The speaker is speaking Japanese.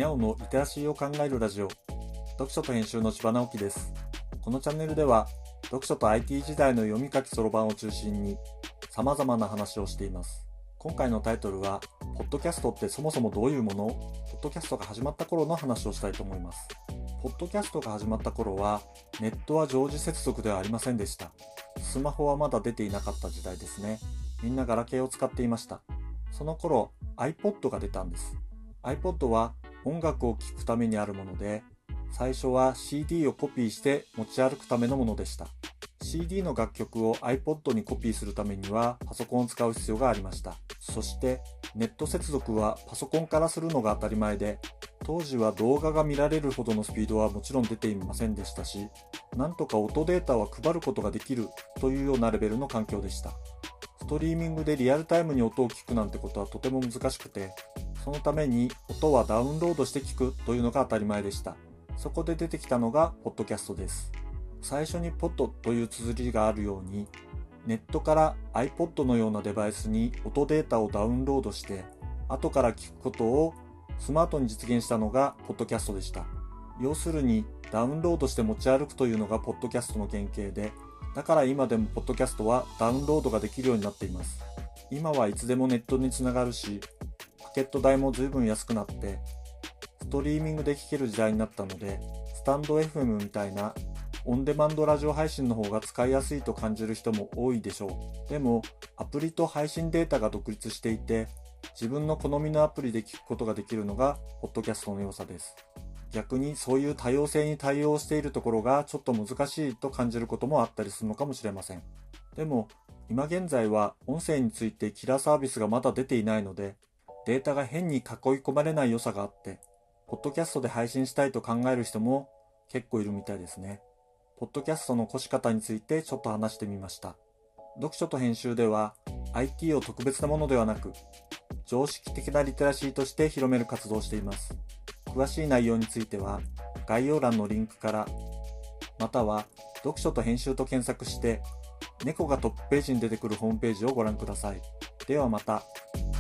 にゃおのリテラシーを考えるラジオ、読書と編集の千葉直樹です。このチャンネルでは、読書と IT 時代の読み書きそろばんを中心に、様々な話をしています。今回のタイトルは、ポッドキャストってそもそもどういうもの？ポッドキャストが始まった頃の話をしたいと思います。ポッドキャストが始まった頃は、ネットは常時接続ではありませんでした。スマホはまだ出ていなかった時代ですね。みんなガラケーを使っていました。その頃、iPod が出たんです。iPod は音楽を聴くためにあるもので、最初は CD をコピーして持ち歩くためのものでした。CD の楽曲を iPod にコピーするためにはパソコンを使う必要がありました。そしてネット接続はパソコンからするのが当たり前で、当時は動画が見られるほどのスピードはもちろん出ていませんでしたし、なんとか音データは配ることができるというようなレベルの環境でした。ストリーミングでリアルタイムに音を聞くなんてことはとても難しくて、そのために音はダウンロードして聞くというのが当たり前でした。そこで出てきたのがポッドキャストです。最初にポッドという綴りがあるように、ネットから iPod のようなデバイスに音データをダウンロードして後から聞くことをスマートに実現したのがポッドキャストでした。要するにダウンロードして持ち歩くというのがポッドキャストの原型で、だから今でもポッドキャストはダウンロードができるようになっています。今はいつでもネットにつながるし、パケット代も随分安くなってストリーミングで聴ける時代になったので、スタンド FM みたいなオンデマンドラジオ配信の方が使いやすいと感じる人も多いでしょう。でもアプリと配信データが独立していて、自分の好みのアプリで聞くことができるのがポッドキャストの良さです。逆にそういう多様性に対応しているところがちょっと難しいと感じることもあったりするのかもしれません。でも今現在は音声についてキラーサービスがまだ出ていないので、データが変に囲い込まれない良さがあって、ポッドキャストで配信したいと考える人も結構いるみたいですね。ポッドキャストの越し方についてちょっと話してみました。読書と編集では IT を特別なものではなく、常識的なリテラシーとして広める活動をしています。詳しい内容については概要欄のリンクから、または読書と編集と検索して猫がトップページに出てくるホームページをご覧ください。ではまた。